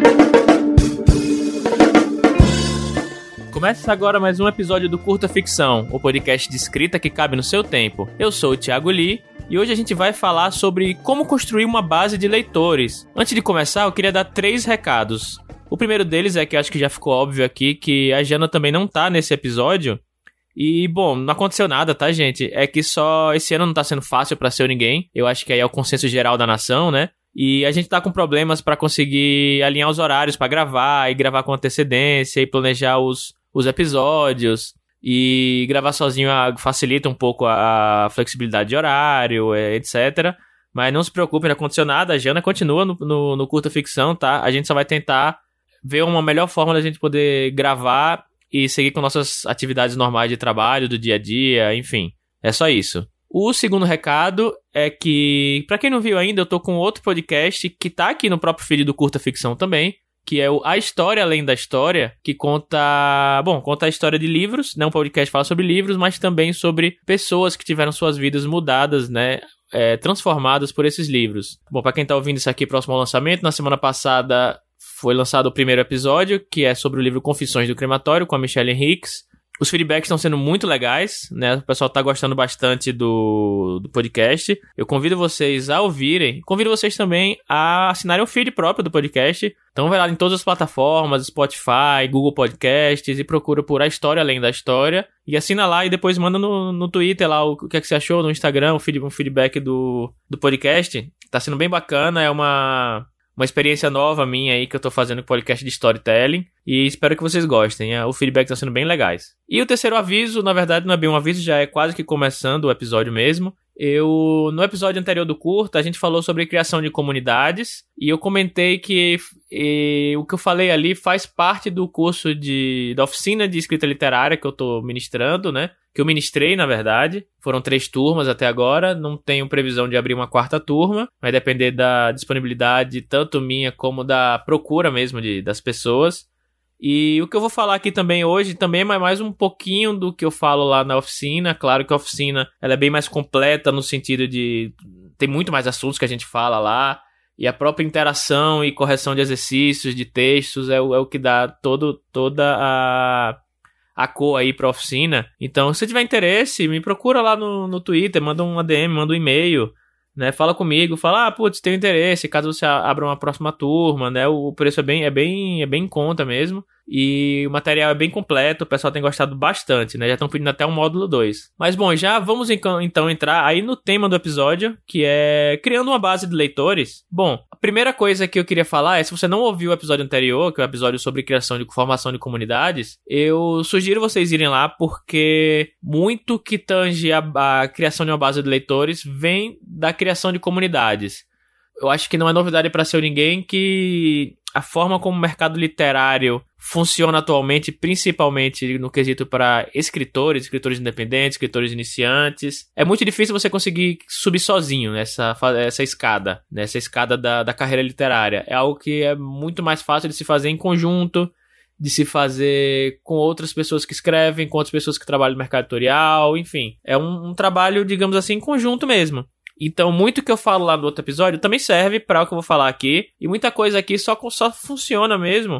Começa agora mais um episódio do Curta Ficção, o podcast de escrita que cabe no seu tempo. Eu sou o Thiago Lee e hoje a gente vai falar sobre como construir uma base de leitores. Antes de começar, eu queria dar 3 recados. O primeiro deles é que acho que já ficou óbvio aqui que a Jana também não tá nesse episódio. E, bom, não aconteceu nada, tá, gente? É que só esse ano não tá sendo fácil pra ser ninguém. Eu acho que aí é o consenso geral da nação, né? E a gente tá com problemas pra conseguir alinhar os horários pra gravar e gravar com antecedência e planejar os episódios. E gravar sozinho facilita um pouco a flexibilidade de horário, etc. Mas não se preocupe, não aconteceu nada. A Jana continua no Curta Ficção, tá? A gente só vai tentar ver uma melhor forma da gente poder gravar e seguir com nossas atividades normais de trabalho, do dia a dia, enfim. É só isso. O segundo recado é que, pra quem não viu ainda, eu tô com outro podcast que tá aqui no próprio feed do Curta Ficção também, que é o A História Além da História, que conta a história de livros, né? Um podcast que fala sobre livros, mas também sobre pessoas que tiveram suas vidas mudadas, né? Transformadas por esses livros. Bom, pra quem tá ouvindo isso aqui próximo ao lançamento, na semana passada foi lançado o primeiro episódio, que é sobre o livro Confissões do Crematório, com a Michelle Henriques. Os feedbacks estão sendo muito legais, né? O pessoal tá gostando bastante do podcast. Eu convido vocês a ouvirem. Convido vocês também a assinarem o feed próprio do podcast. Então vai lá em todas as plataformas, Spotify, Google Podcasts, e procura por A História Além da História. E assina lá e depois manda no Twitter lá o que é que você achou, no Instagram, um feedback do podcast. Tá sendo bem bacana, é uma experiência nova minha aí que eu tô fazendo com o podcast de storytelling e espero que vocês gostem, o feedback tá sendo bem legais. E o terceiro aviso, na verdade não é bem um aviso, já é quase que começando o episódio mesmo. No episódio anterior do Curta, a gente falou sobre criação de comunidades e eu comentei que o que eu falei ali faz parte do curso da oficina de escrita literária que eu tô ministrando, né? Que eu ministrei, na verdade. Foram 3 turmas até agora. Não tenho previsão de abrir uma 4ª turma. Vai depender da disponibilidade, tanto minha como da procura mesmo das pessoas. E o que eu vou falar aqui também hoje também é mais um pouquinho do que eu falo lá na oficina. Claro que a oficina ela é bem mais completa no sentido de tem muito mais assuntos que a gente fala lá. E a própria interação e correção de exercícios, de textos, é o que dá toda a cor aí pra oficina. Então, se você tiver interesse, me procura lá no Twitter, manda um ADM, manda um e-mail, né? Fala comigo, fala, putz, tenho interesse, caso você abra uma próxima turma, né? O preço é bem em conta mesmo. E o material é bem completo, o pessoal tem gostado bastante, né? Já estão pedindo até um módulo 2. Mas bom, já vamos então entrar aí no tema do episódio, que é criando uma base de leitores. Bom, a primeira coisa que eu queria falar é, se você não ouviu o episódio anterior, que é o episódio sobre formação de comunidades, eu sugiro vocês irem lá, porque muito que tange a criação de uma base de leitores vem da criação de comunidades. Eu acho que não é novidade para ser ninguém que a forma como o mercado literário funciona atualmente, principalmente no quesito para escritores independentes, escritores iniciantes, é muito difícil você conseguir subir sozinho nessa escada, nessa escada da carreira literária. É algo que é muito mais fácil de se fazer em conjunto, de se fazer com outras pessoas que escrevem, com outras pessoas que trabalham no mercado editorial, enfim. É um trabalho, digamos assim, em conjunto mesmo. Então, muito que eu falo lá no outro episódio também serve para o que eu vou falar aqui. E muita coisa aqui só funciona mesmo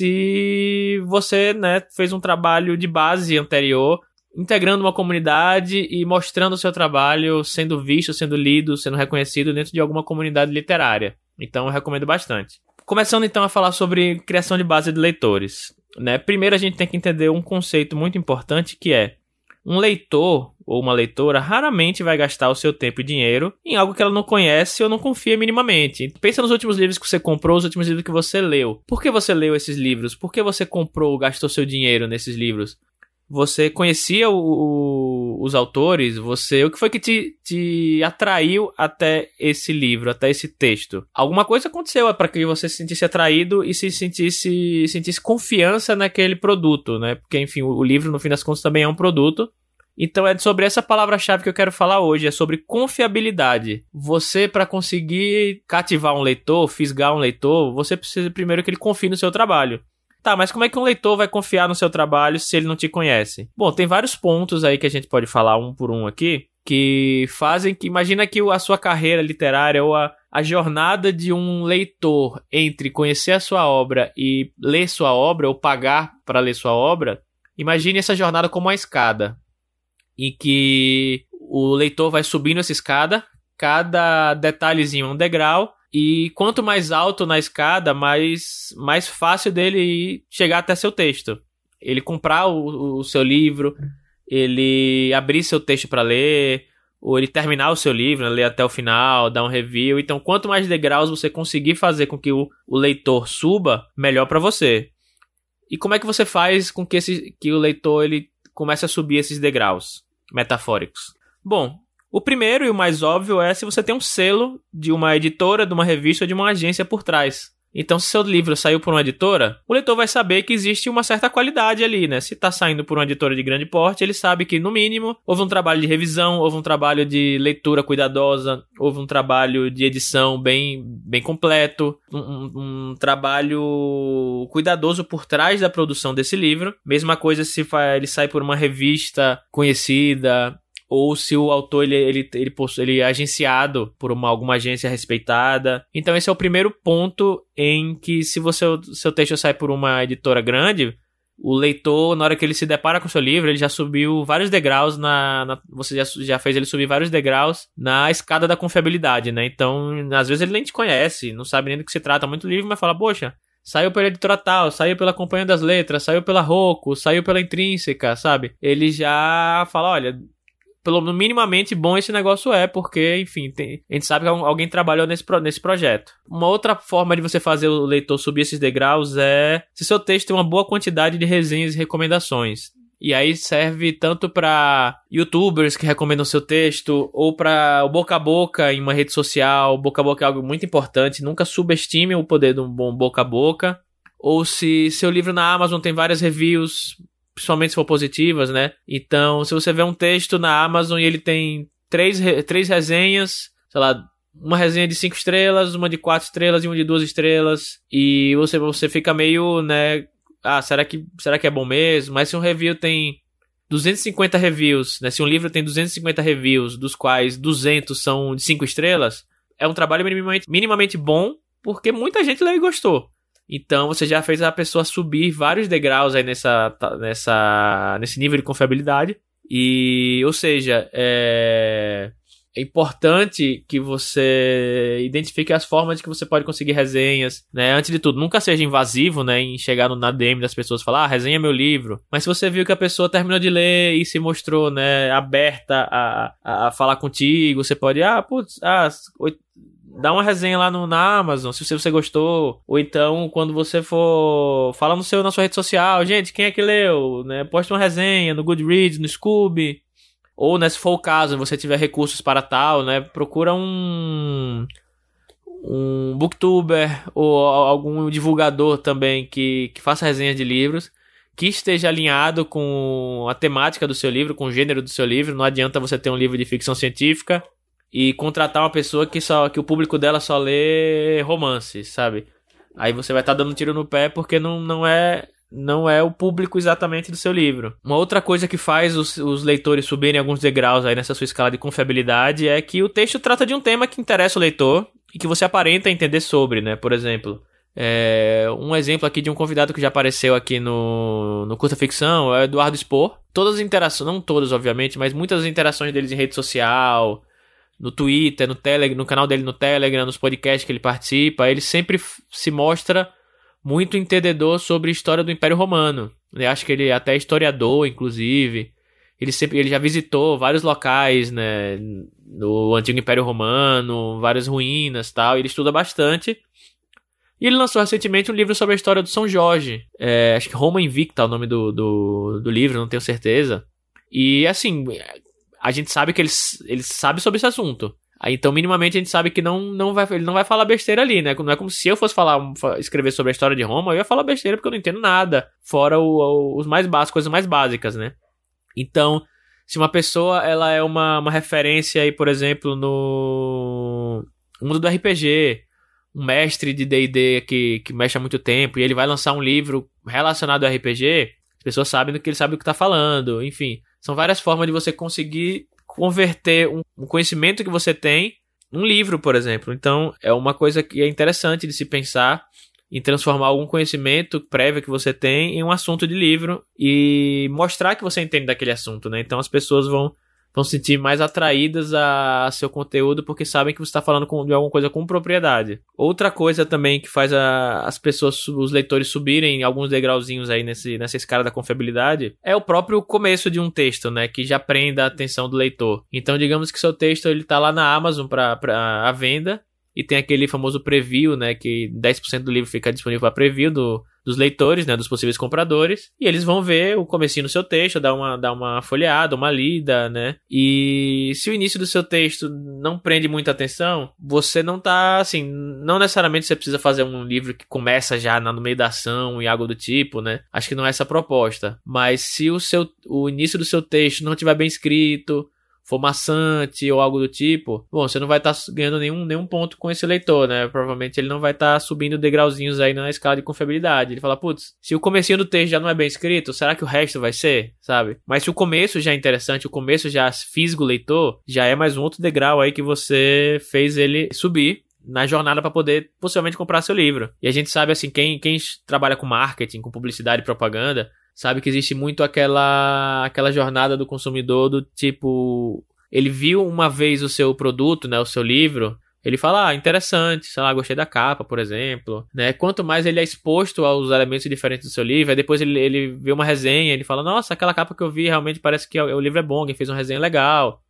se você, né, fez um trabalho de base anterior, integrando uma comunidade e mostrando o seu trabalho, sendo visto, sendo lido, sendo reconhecido dentro de alguma comunidade literária. Então, eu recomendo bastante. Começando então a falar sobre criação de base de leitores, né? Primeiro a gente tem que entender um conceito muito importante, que é um leitor ou uma leitora raramente vai gastar o seu tempo e dinheiro em algo que ela não conhece ou não confia minimamente. Pensa nos últimos livros que você comprou, os últimos livros que você leu. Por que você leu esses livros? Por que você comprou, gastou seu dinheiro nesses livros? Você conhecia os autores? O que foi que te atraiu até esse livro, até esse texto? Alguma coisa aconteceu para que você se sentisse atraído e sentisse confiança naquele produto, né? Porque, enfim, o livro, no fim das contas, também é um produto. Então é sobre essa palavra-chave que eu quero falar hoje, é sobre confiabilidade. Você, para conseguir cativar um leitor, fisgar um leitor, você precisa primeiro que ele confie no seu trabalho. Tá, mas como é que um leitor vai confiar no seu trabalho se ele não te conhece? Bom, tem vários pontos aí que a gente pode falar um por um aqui, que fazem que, imagina que a sua carreira literária ou a jornada de um leitor entre conhecer a sua obra e ler sua obra, ou pagar para ler sua obra, imagine essa jornada como uma escada, em que o leitor vai subindo essa escada, cada detalhezinho é um degrau, e quanto mais alto na escada, mais fácil dele chegar até seu texto. Ele comprar o seu livro, ele abrir seu texto para ler, ou ele terminar o seu livro, né, ler até o final, dar um review. Então, quanto mais degraus você conseguir fazer com que o leitor suba, melhor para você. E como é que você faz com que o leitor ele comece a subir esses degraus metafóricos? Bom, o primeiro e o mais óbvio é se você tem um selo de uma editora, de uma revista ou de uma agência por trás. Então, se seu livro saiu por uma editora, o leitor vai saber que existe uma certa qualidade ali, né? Se está saindo por uma editora de grande porte, ele sabe que, no mínimo, houve um trabalho de revisão, houve um trabalho de leitura cuidadosa, houve um trabalho de edição bem completo, um trabalho cuidadoso por trás da produção desse livro. Mesma coisa se ele sai por uma revista conhecida, ou se o autor ele é agenciado por alguma agência respeitada. Então esse é o primeiro ponto em que, se seu texto sai por uma editora grande, o leitor, na hora que ele se depara com o seu livro, ele já subiu vários degraus você já fez ele subir vários degraus na escada da confiabilidade, né? Então, às vezes ele nem te conhece, não sabe nem do que se trata muito o livro, mas fala, poxa, saiu pela editora tal, saiu pela Companhia das Letras, saiu pela Rocco, saiu pela Intrínseca, sabe? Ele já fala, olha, pelo minimamente bom esse negócio porque, enfim, a gente sabe que alguém trabalhou nesse projeto. Uma outra forma de você fazer o leitor subir esses degraus é se seu texto tem uma boa quantidade de resenhas e recomendações. E aí serve tanto para youtubers que recomendam seu texto, ou para o boca a boca em uma rede social. O boca a boca é algo muito importante, nunca subestime o poder de um bom boca a boca. Ou se seu livro na Amazon tem várias reviews, principalmente se for positivas, né? Então, se você vê um texto na Amazon e ele tem três resenhas, sei lá, uma resenha de 5 estrelas, uma de 4 estrelas e uma de 2 estrelas, e você fica meio, né, será que é bom mesmo? Mas se um review tem 250 reviews, né? Se um livro tem 250 reviews, dos quais 200 são de 5 estrelas, é um trabalho minimamente bom, porque muita gente leu e gostou. Então, você já fez a pessoa subir vários degraus aí nesse nível de confiabilidade. Ou seja, é importante que você identifique as formas de que você pode conseguir resenhas, né? Antes de tudo, nunca seja invasivo, né, em chegar na DM das pessoas e falar, resenha meu livro. Mas se você viu que a pessoa terminou de ler e se mostrou, né, aberta a falar contigo, você pode, dá uma resenha lá na Amazon, se você gostou. Ou então, quando você for, fala na sua rede social, gente, quem é que leu, né? Posta uma resenha no Goodreads, no Scoob. Ou, né, se for o caso, você tiver recursos para tal, né? Procura um booktuber ou algum divulgador também que faça resenhas de livros, que esteja alinhado com a temática do seu livro, com o gênero do seu livro. Não adianta você ter um livro de ficção científica e contratar uma pessoa que o público dela só lê romance, sabe? Aí você vai estar dando um tiro no pé porque não é o público exatamente do seu livro. Uma outra coisa que faz os leitores subirem alguns degraus aí nessa sua escala de confiabilidade é que o texto trata de um tema que interessa o leitor e que você aparenta entender sobre, né? Por exemplo, um exemplo aqui de um convidado que já apareceu aqui no Curta Ficção é o Eduardo Spor. Todas as interações, não todas obviamente, mas muitas das interações deles em rede social, no Twitter, no Telegram, no canal dele no Telegram, nos podcasts que ele participa, ele sempre se mostra muito entendedor sobre a história do Império Romano. Eu acho que ele é até historiador, inclusive. Ele já visitou vários locais, né, no antigo Império Romano, várias ruínas e tal. Ele estuda bastante. E ele lançou recentemente um livro sobre a história do São Jorge. Acho que Roma Invicta é o nome do livro, não tenho certeza. E, assim, a gente sabe que ele sabe sobre esse assunto. Então, minimamente, a gente sabe que ele não vai falar besteira ali, né? Não é como se eu fosse escrever sobre a história de Roma, eu ia falar besteira porque eu não entendo nada, fora os mais básicos, coisas mais básicas, né? Então, se uma pessoa ela é uma referência aí, por exemplo, no mundo do RPG, um mestre de D&D que mexe há muito tempo, e ele vai lançar um livro relacionado ao RPG, as pessoas sabem que ele sabe o que está falando, enfim. São várias formas de você conseguir converter um conhecimento que você tem um livro, por exemplo. Então, é uma coisa que é interessante de se pensar em transformar algum conhecimento prévio que você tem em um assunto de livro e mostrar que você entende daquele assunto, né? Então, as pessoas vão se sentir mais atraídas a seu conteúdo porque sabem que você está falando de alguma coisa com propriedade. Outra coisa também que faz as pessoas, os leitores subirem alguns degrauzinhos aí nessa escala da confiabilidade é o próprio começo de um texto, né? Que já prenda a atenção do leitor. Então, digamos que seu texto ele tá lá na Amazon para venda e tem aquele famoso preview, né? Que 10% do livro fica disponível para preview dos leitores, né, dos possíveis compradores, e eles vão ver o comecinho do seu texto, dar uma folheada, uma lida, né, e se o início do seu texto não prende muita atenção, você não tá, assim, não necessariamente você precisa fazer um livro que começa já no meio da ação e algo do tipo, né, acho que não é essa a proposta, mas se o início do seu texto não estiver bem escrito, for maçante ou algo do tipo, bom, você não vai estar ganhando nenhum ponto com esse leitor, né? Provavelmente ele não vai estar subindo degrauzinhos aí na escala de confiabilidade. Ele fala, putz, se o comecinho do texto já não é bem escrito, será que o resto vai ser? Sabe? Mas se o começo já é interessante, o começo já fisga o leitor, já é mais um outro degrau aí que você fez ele subir na jornada para poder possivelmente comprar seu livro. E a gente sabe, assim, quem trabalha com marketing, com publicidade e propaganda, sabe que existe muito aquela jornada do consumidor do tipo, ele viu uma vez o seu produto, né, o seu livro, ele fala, interessante, sei lá, gostei da capa, por exemplo, né, quanto mais ele é exposto aos elementos diferentes do seu livro, aí depois ele vê uma resenha, ele fala, nossa, aquela capa que eu vi realmente parece que o livro é bom, alguém fez uma resenha legal.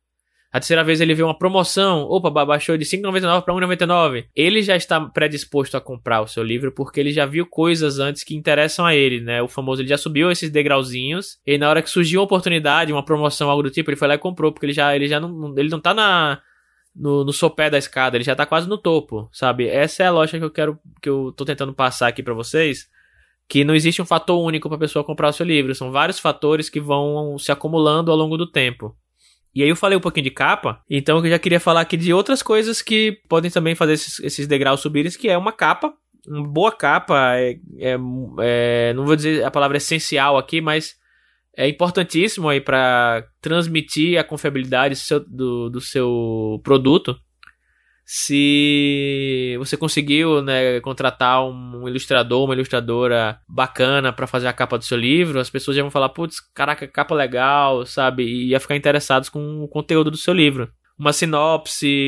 A terceira vez ele vê uma promoção, opa, baixou de R$ 5,99 para R$ 1,99. Ele já está predisposto a comprar o seu livro porque ele já viu coisas antes que interessam a ele, né? O famoso, ele já subiu esses degrauzinhos e na hora que surgiu uma oportunidade, uma promoção, algo do tipo, ele foi lá e comprou, porque ele não tá no sopé da escada, ele já tá quase no topo, sabe? Essa é a lógica que eu tô tentando passar aqui para vocês, que não existe um fator único para a pessoa comprar o seu livro, são vários fatores que vão se acumulando ao longo do tempo. E aí eu falei um pouquinho de capa, então eu já queria falar aqui de outras coisas que podem também fazer esses degraus subirem, que é uma capa, uma boa capa, não vou dizer a palavra essencial aqui, mas é importantíssimo aí para transmitir a confiabilidade do seu produto. Se você conseguiu, né, contratar um ilustrador, uma ilustradora bacana para fazer a capa do seu livro, as pessoas já vão falar, putz, caraca, capa legal, sabe? E ia ficar interessados com o conteúdo do seu livro. Uma sinopse,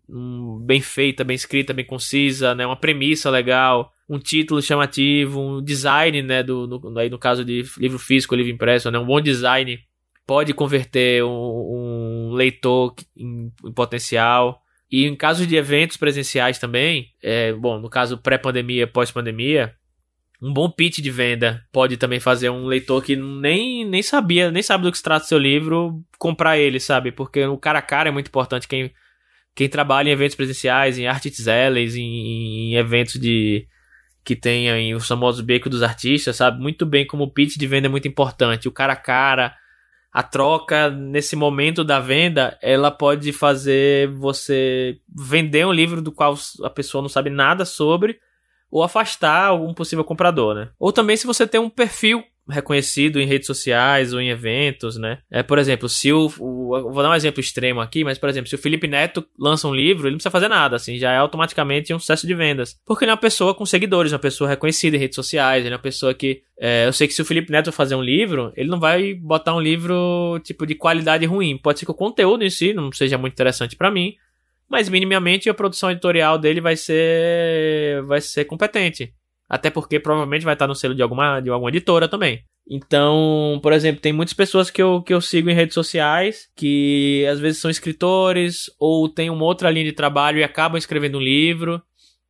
bem feita, bem escrita, bem concisa, né, uma premissa legal, um título chamativo, um design, né, aí no caso de livro físico, livro impresso, né, um bom design pode converter um leitor em potencial. E em caso de eventos presenciais também, no caso pré-pandemia, pós-pandemia, um bom pitch de venda pode também fazer um leitor que nem sabe do que se trata o seu livro, comprar ele, sabe? Porque o cara a cara é muito importante. Quem trabalha em eventos presenciais, em art exellers, em eventos que tenham os famosos becos dos artistas, sabe? Muito bem como o pitch de venda é muito importante. O cara a cara, a troca nesse momento da venda, ela pode fazer você vender um livro do qual a pessoa não sabe nada sobre ou afastar algum possível comprador, né? Ou também se você tem um perfil reconhecido em redes sociais ou em eventos, né? Por exemplo, se vou dar um exemplo extremo aqui, mas, por exemplo, se o Felipe Neto lança um livro, ele não precisa fazer nada, assim, já é automaticamente um sucesso de vendas. Porque ele é uma pessoa com seguidores, uma pessoa reconhecida em redes sociais, ele é uma pessoa que... eu sei que se o Felipe Neto fazer um livro, ele não vai botar um livro, tipo, de qualidade ruim. Pode ser que o conteúdo em si não seja muito interessante pra mim, mas minimamente a produção editorial dele vai ser competente. Até porque provavelmente vai estar no selo de alguma editora também. Então, por exemplo, tem muitas pessoas que eu sigo em redes sociais que às vezes são escritores ou têm uma outra linha de trabalho e acabam escrevendo um livro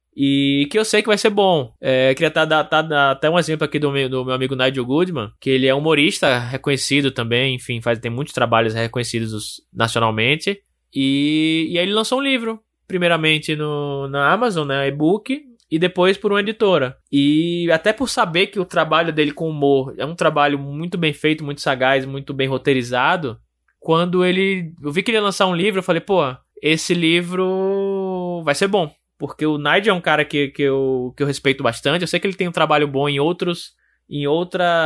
e que eu sei que vai ser bom. Queria dar até um exemplo aqui do meu amigo Nigel Goodman, que ele é humorista reconhecido também, enfim, tem muitos trabalhos reconhecidos nacionalmente. E aí ele lançou um livro, primeiramente na Amazon, né, e-book, e depois por uma editora. E até por saber que o trabalho dele com humor é um trabalho muito bem feito, muito sagaz, muito bem roteirizado, quando eu vi que ele ia lançar um livro, eu falei, pô, esse livro vai ser bom. Porque o Nigel é um cara que eu respeito bastante, eu sei que ele tem um trabalho bom em outras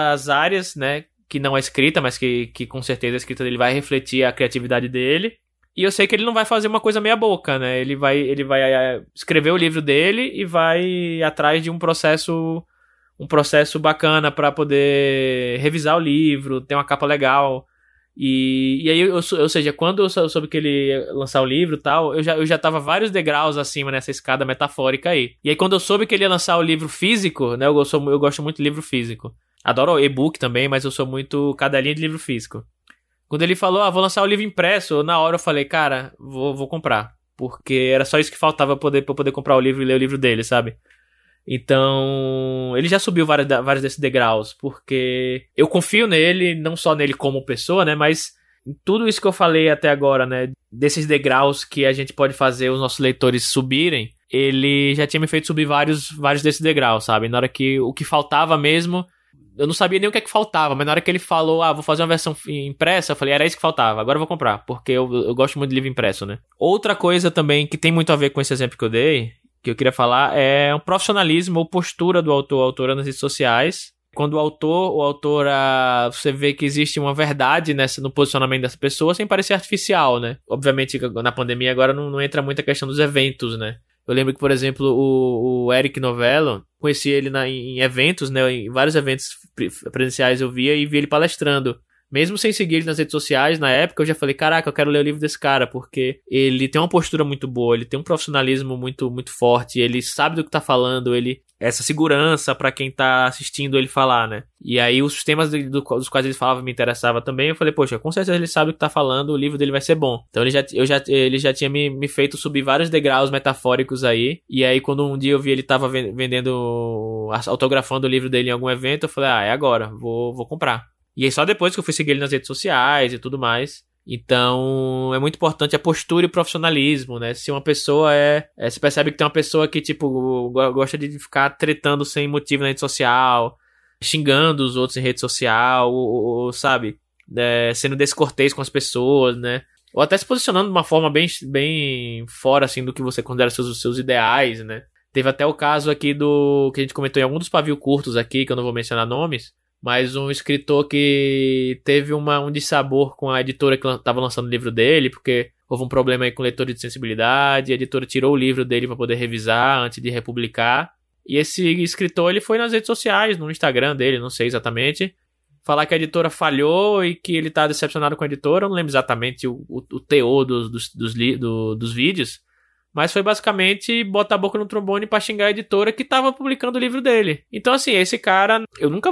áreas, né, que não é escrita, mas que com certeza a escrita dele vai refletir a criatividade dele. E eu sei que ele não vai fazer uma coisa meia boca, né? Ele vai escrever o livro dele e vai ir atrás de um processo bacana pra poder revisar o livro, ter uma capa legal. E aí, ou seja, quando eu soube que ele ia lançar o livro e tal, eu já tava vários degraus acima nessa escada metafórica aí. E aí, quando eu soube que ele ia lançar o livro físico, né, eu gosto muito de livro físico. Adoro e-book também, mas eu sou muito cadelinha de livro físico. Quando ele falou, vou lançar o livro impresso, na hora eu falei, cara, vou comprar. Porque era só isso que faltava pra eu poder comprar o livro e ler o livro dele, sabe? Então, ele já subiu vários desses degraus, porque eu confio nele, não só nele como pessoa, né, mas em tudo isso que eu falei até agora, né, desses degraus que a gente pode fazer os nossos leitores subirem, ele já tinha me feito subir vários desses degraus, sabe? Na hora que o que faltava mesmo, eu não sabia nem o que é que faltava, mas na hora que ele falou, vou fazer uma versão impressa, eu falei, era isso que faltava, agora eu vou comprar, porque eu gosto muito de livro impresso, né. Outra coisa também que tem muito a ver com esse exemplo que eu dei, que eu queria falar, é um profissionalismo ou postura do autor ou autora nas redes sociais. Quando o autor ou autora, você vê que existe uma verdade no posicionamento dessa pessoa sem parecer artificial, né? Obviamente, na pandemia agora não entra muito a questão dos eventos, né? Eu lembro que, por exemplo, o Eric Novello, conheci ele em eventos, né? Em vários eventos presenciais eu vi ele palestrando. Mesmo sem seguir ele nas redes sociais, na época, eu já falei, caraca, eu quero ler o livro desse cara, porque ele tem uma postura muito boa, ele tem um profissionalismo muito, muito forte, ele sabe do que tá falando, essa segurança pra quem tá assistindo ele falar, né? E aí, os temas dos quais ele falava me interessava também, eu falei, poxa, com certeza ele sabe do que tá falando, o livro dele vai ser bom. Então, ele já tinha me feito subir vários degraus metafóricos aí, e aí, quando um dia eu vi ele tava autografando o livro dele em algum evento, eu falei, é agora, vou comprar. E aí só depois que eu fui seguir ele nas redes sociais e tudo mais. Então, é muito importante a postura e o profissionalismo, né? Se uma pessoa você percebe que tem uma pessoa que, tipo, gosta de ficar tretando sem motivo na rede social, xingando os outros em rede social, ou sabe? Sendo descortês com as pessoas, né? Ou até se posicionando de uma forma bem, bem fora, assim, do que você considera seus ideais, né? Teve até o caso aqui que a gente comentou em algum dos pavio curtos aqui, que eu não vou mencionar nomes, mas um escritor que teve um dissabor com a editora que estava lançando o livro dele, porque houve um problema aí com o leitor de sensibilidade, a editora tirou o livro dele para poder revisar antes de republicar, e esse escritor ele foi nas redes sociais, no Instagram dele, não sei exatamente, falar que a editora falhou e que ele tá decepcionado com a editora, eu não lembro exatamente o teor dos vídeos, mas foi basicamente botar a boca no trombone pra xingar a editora que tava publicando o livro dele. Então, assim, esse cara, eu nunca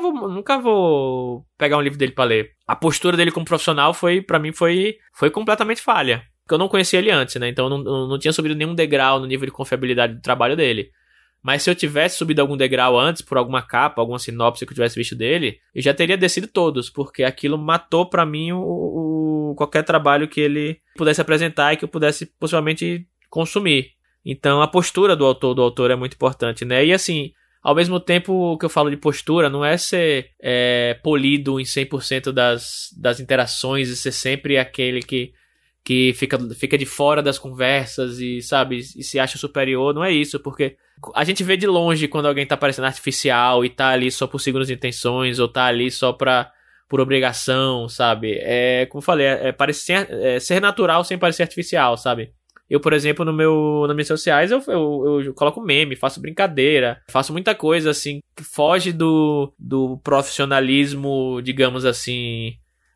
vou pegar um livro dele pra ler. A postura dele como profissional pra mim foi completamente falha. Porque eu não conhecia ele antes, né? Então eu não tinha subido nenhum degrau no nível de confiabilidade do trabalho dele. Mas se eu tivesse subido algum degrau antes, por alguma capa, alguma sinopse que eu tivesse visto dele, eu já teria descido todos, porque aquilo matou pra mim qualquer trabalho que ele pudesse apresentar e que eu pudesse possivelmente consumir. Então a postura do autor é muito importante, né? E assim, ao mesmo tempo que eu falo de postura, não é ser polido em 100% das interações e ser sempre aquele que fica de fora das conversas e, sabe, e se acha superior. Não é isso, porque a gente vê de longe quando alguém tá parecendo artificial e tá ali só por segundas intenções ou tá ali só por obrigação, sabe? Como eu falei, ser natural sem parecer artificial, sabe? Eu, por exemplo, nas minhas redes sociais, eu coloco meme, faço brincadeira, faço muita coisa, assim, que foge do profissionalismo, digamos assim,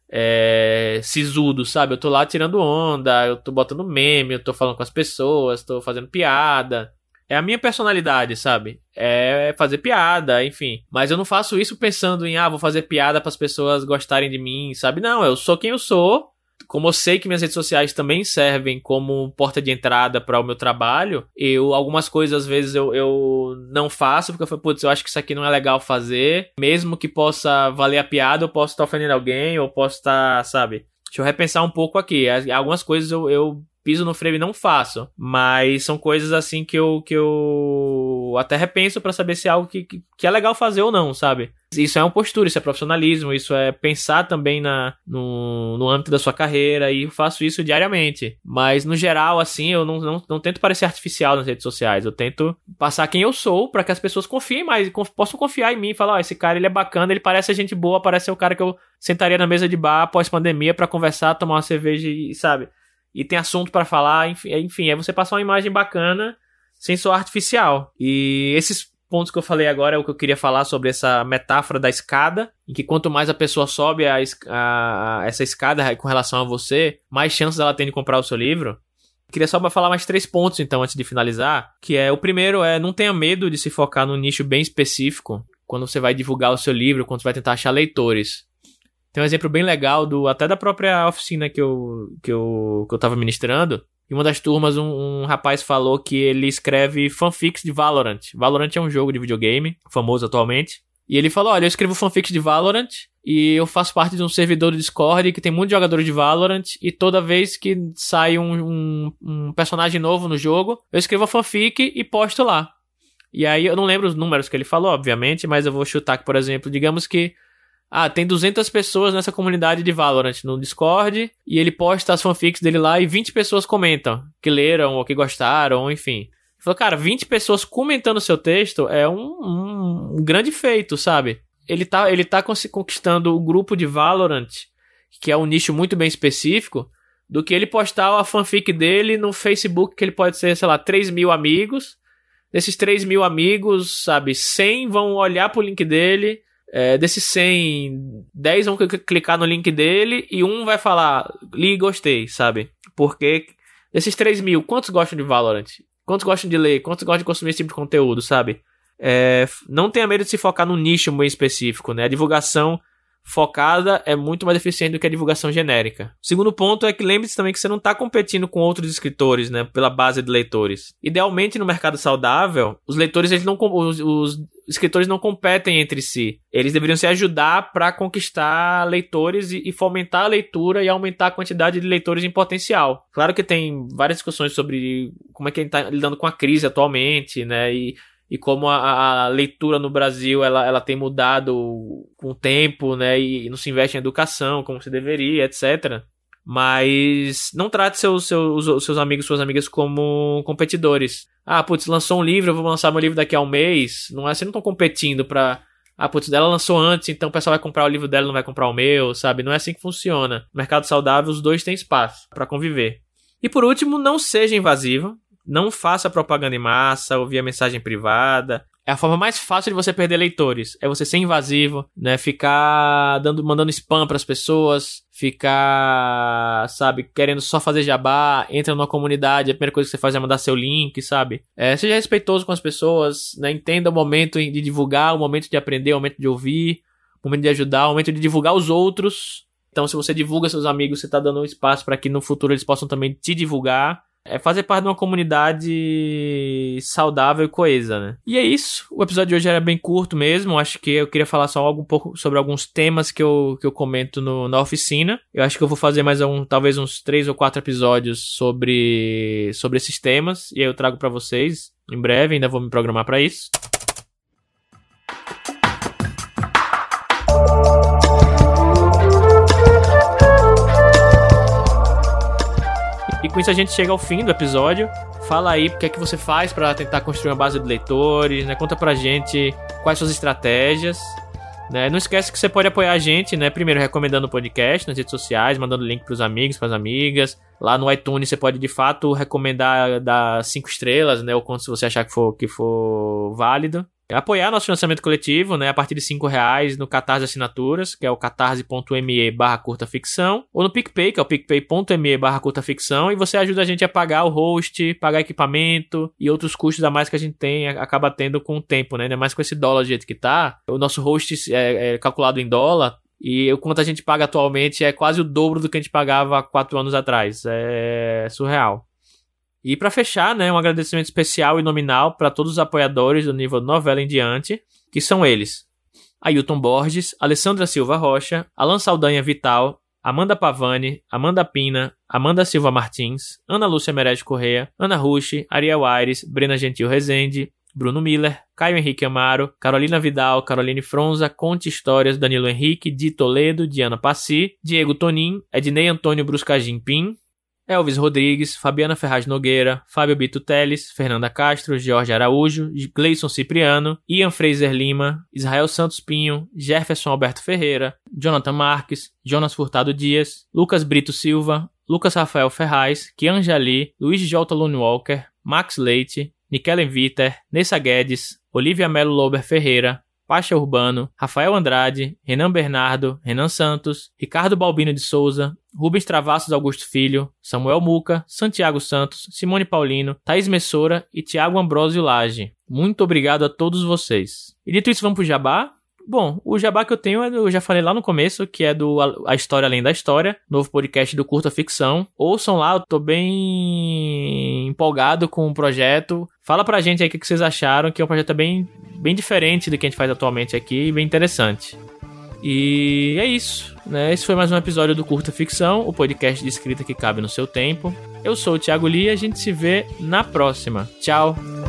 sisudo, sabe? Eu tô lá tirando onda, eu tô botando meme, eu tô falando com as pessoas, tô fazendo piada. É a minha personalidade, sabe? É fazer piada, enfim. Mas eu não faço isso pensando em, vou fazer piada para as pessoas gostarem de mim, sabe? Não, eu sou quem eu sou. Como eu sei que minhas redes sociais também servem como porta de entrada para o meu trabalho, algumas coisas às vezes eu não faço, porque eu falo, putz, eu acho que isso aqui não é legal fazer, mesmo que possa valer a piada, eu posso estar ofendendo alguém, ou posso estar, sabe? Deixa eu repensar um pouco aqui. Algumas coisas eu piso no freio e não faço, mas são coisas assim que eu até repenso pra saber se é algo que é legal fazer ou não, sabe? Isso é uma postura, isso é profissionalismo, isso é pensar também no âmbito da sua carreira, e eu faço isso diariamente. Mas no geral, assim, eu não tento parecer artificial nas redes sociais, eu tento passar quem eu sou pra que as pessoas confiem mais, possam confiar em mim e falar, esse cara ele é bacana, ele parece gente boa, parece ser o cara que eu sentaria na mesa de bar após pandemia pra conversar, tomar uma cerveja e, sabe? e tem assunto pra falar, enfim, é você passar uma imagem bacana sem soar artificial. E esses pontos que eu falei agora é o que eu queria falar sobre essa metáfora da escada, em que quanto mais a pessoa sobe essa escada com relação a você, mais chances ela tem de comprar o seu livro. Queria só falar mais 3 pontos, então, antes de finalizar, que o primeiro não tenha medo de se focar num nicho bem específico quando você vai divulgar o seu livro, quando você vai tentar achar leitores. Tem um exemplo bem legal até da própria oficina que eu tava ministrando. Em uma das turmas, um rapaz falou que ele escreve fanfics de Valorant. Valorant é um jogo de videogame, famoso atualmente. E ele falou, olha, eu escrevo fanfics de Valorant e eu faço parte de um servidor do Discord que tem muitos jogadores de Valorant e toda vez que sai um personagem novo no jogo, eu escrevo a fanfic e posto lá. E aí, eu não lembro os números que ele falou, obviamente, mas eu vou chutar que, por exemplo, digamos que tem 200 pessoas nessa comunidade de Valorant no Discord e ele posta as fanfics dele lá e 20 pessoas comentam que leram ou que gostaram, enfim. Ele falou, cara, 20 pessoas comentando o seu texto é um grande feito, sabe? Ele tá conquistando o grupo de Valorant, que é um nicho muito bem específico, do que ele postar a fanfic dele no Facebook, que ele pode ser, sei lá, 3 mil amigos. Desses 3 mil amigos, sabe, 100 vão olhar pro link dele. Desses 100, 10 vão clicar no link dele e um vai falar, li e gostei, sabe? Porque desses 3 mil, quantos gostam de Valorant? Quantos gostam de ler? Quantos gostam de consumir esse tipo de conteúdo, sabe? Não tenha medo de se focar num nicho bem específico, né? A divulgação focada é muito mais eficiente do que a divulgação genérica. O segundo ponto é que lembre-se também que você não está competindo com outros escritores, né? Pela base de leitores. Idealmente, no mercado saudável, os leitores, os escritores não competem entre si. Eles deveriam se ajudar para conquistar leitores e fomentar a leitura e aumentar a quantidade de leitores em potencial. Claro que tem várias discussões sobre como é que a gente está lidando com a crise atualmente, né? E como a leitura no Brasil ela tem mudado com o tempo, né? E não se investe em educação como se deveria, etc. Mas não trate seus amigos, suas amigas como competidores. Lançou um livro, eu vou lançar meu livro daqui a um mês. Vocês não estão competindo pra... ela lançou antes, então o pessoal vai comprar o livro dela e não vai comprar o meu, sabe? Não é assim que funciona. No mercado saudável, os dois têm espaço pra conviver. E por último, não seja invasivo. Não faça propaganda em massa ou via mensagem privada. É a forma mais fácil de você perder leitores. É você ser invasivo, né? Ficar mandando spam pras pessoas. Ficar, sabe, querendo só fazer jabá. Entra numa comunidade, a primeira coisa que você faz é mandar seu link, sabe? Seja respeitoso com as pessoas, né? Entenda o momento de divulgar, o momento de aprender, o momento de ouvir, o momento de ajudar, o momento de divulgar os outros. Então, se você divulga seus amigos, você tá dando um espaço para que no futuro eles possam também te divulgar. Fazer parte de uma comunidade saudável e coesa, né? E é isso. O episódio de hoje era bem curto mesmo. Acho que eu queria falar só um pouco sobre alguns temas que eu comento na oficina. Eu acho que eu vou fazer talvez uns 3 ou 4 episódios sobre esses temas. E aí eu trago pra vocês em breve. Ainda vou me programar pra isso. E com isso a gente chega ao fim do episódio. Fala aí o que é que você faz pra tentar construir uma base de leitores, né? Conta pra gente quais suas estratégias, né? Não esquece que você pode apoiar a gente, né? Primeiro recomendando o podcast nas redes sociais, mandando link pros amigos, pras amigas. Lá no iTunes você pode de fato recomendar, dar 5 estrelas, né? Ou quanto se você achar que for válido. Apoiar nosso financiamento coletivo, né, a partir de R$5 no Catarse Assinaturas, que é o catarse.me/curtaficção, ou no PicPay, que é o picpay.me/curtaficção, e você ajuda a gente a pagar o host, pagar equipamento e outros custos a mais que a gente acaba tendo com o tempo, né, ainda mais com esse dólar do jeito que tá. O nosso host é calculado em dólar, e o quanto a gente paga atualmente é quase o dobro do que a gente pagava há 4 anos atrás. É surreal. E para fechar, né, um agradecimento especial e nominal para todos os apoiadores do nível novela em diante, que são eles: Ailton Borges, Alessandra Silva Rocha, Alan Saldanha Vital, Amanda Pavani, Amanda Pina, Amanda Silva Martins, Ana Lúcia Merete Correia, Ana Rushi, Ariel Aires, Brena Gentil Rezende, Bruno Miller, Caio Henrique Amaro, Carolina Vidal, Caroline Fronza, Conte Histórias, Danilo Henrique, Di Toledo, Diana Passi, Diego Tonin, Ednei Antônio Bruscagim Pim, Elvis Rodrigues, Fabiana Ferraz Nogueira, Fábio Bito Teles, Fernanda Castro, Jorge Araújo, Gleison Cipriano, Ian Fraser Lima, Israel Santos Pinho, Jefferson Alberto Ferreira, Jonathan Marques, Jonas Furtado Dias, Lucas Brito Silva, Lucas Rafael Ferraz, Kian Jali, Luiz J. Lone Walker, Max Leite, Nikelen Viter, Nessa Guedes, Olivia Melo Lober Ferreira, Pacha Urbano, Rafael Andrade, Renan Bernardo, Renan Santos, Ricardo Balbino de Souza, Rubens Travassos Augusto Filho, Samuel Muca, Santiago Santos, Simone Paulino, Thaís Messora e Thiago Ambrosio Lage. Muito obrigado a todos vocês. E dito isso, vamos pro jabá? Bom, o jabá que eu tenho, eu já falei lá no começo, que é do A História Além da História, novo podcast do Curta Ficção. Ouçam lá, eu tô bem empolgado com o projeto. Fala pra gente aí o que vocês acharam, que é um projeto bem diferente do que a gente faz atualmente aqui, bem interessante. E é isso, né? Esse foi mais um episódio do Curta Ficção, o podcast de escrita que cabe no seu tempo. Eu sou o Thiago Lee e a gente se vê na próxima. Tchau!